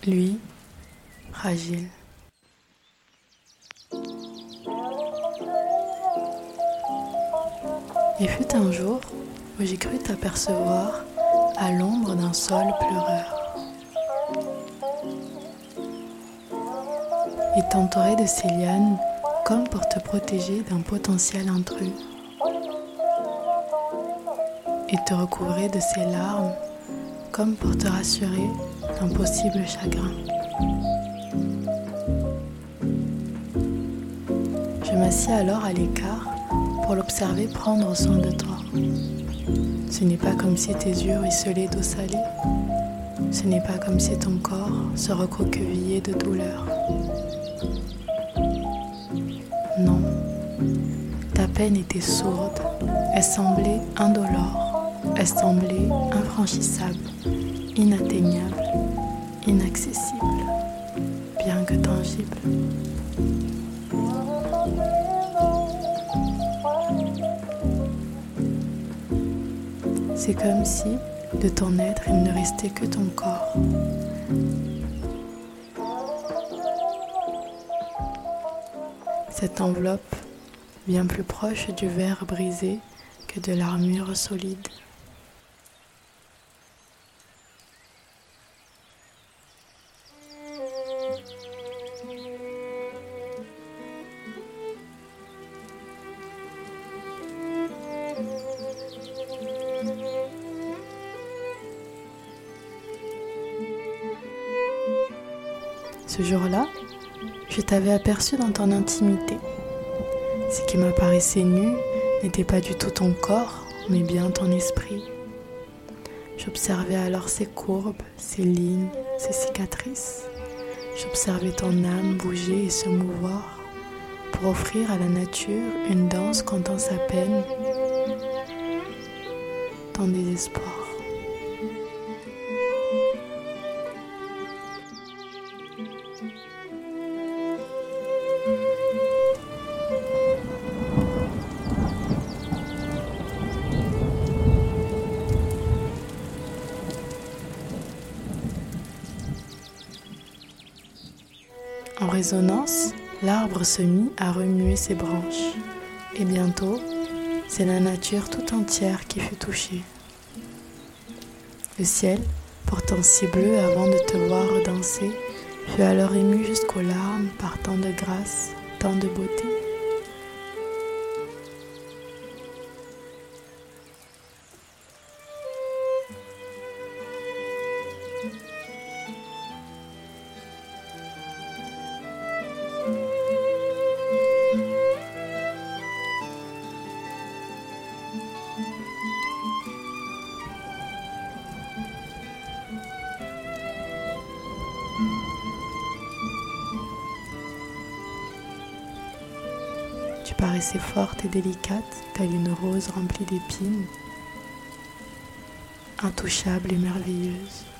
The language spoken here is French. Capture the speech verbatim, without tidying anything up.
lui, fragile. Il fut un jour où j'ai cru t'apercevoir à l'ombre d'un sol pleureur. Il t'entourait de ses lianes comme pour te protéger d'un potentiel intrus. Il te recouvrait de ses larmes comme pour te rassurer d'un possible chagrin. Je m'assis alors à l'écart pour l'observer prendre soin de toi. Ce n'est pas comme si tes yeux ruisselaient d'eau salée. Ce n'est pas comme si ton corps se recroquevillait de douleur. Non, ta peine était sourde. Elle semblait indolore. Elle semblait infranchissable, inatteignable, inaccessible, bien que tangible. C'est comme si, de ton être, il ne restait que ton corps. Cette enveloppe, bien plus proche du verre brisé que de l'armure solide. Ce jour-là, je t'avais aperçu dans ton intimité. Ce qui m'apparaissait nu n'était pas du tout ton corps, mais bien ton esprit. J'observais alors ses courbes, ses lignes, ses cicatrices. J'observais ton âme bouger et se mouvoir pour offrir à la nature une danse contant sa peine, ton désespoir. En résonance, l'arbre se mit à remuer ses branches, et bientôt, c'est la nature tout entière qui fut touchée. Le ciel, pourtant si bleu avant de te voir danser, fut alors ému jusqu'aux larmes par tant de grâce, tant de beauté. Tu paraissais forte et délicate, telle une rose remplie d'épines, intouchable et merveilleuse.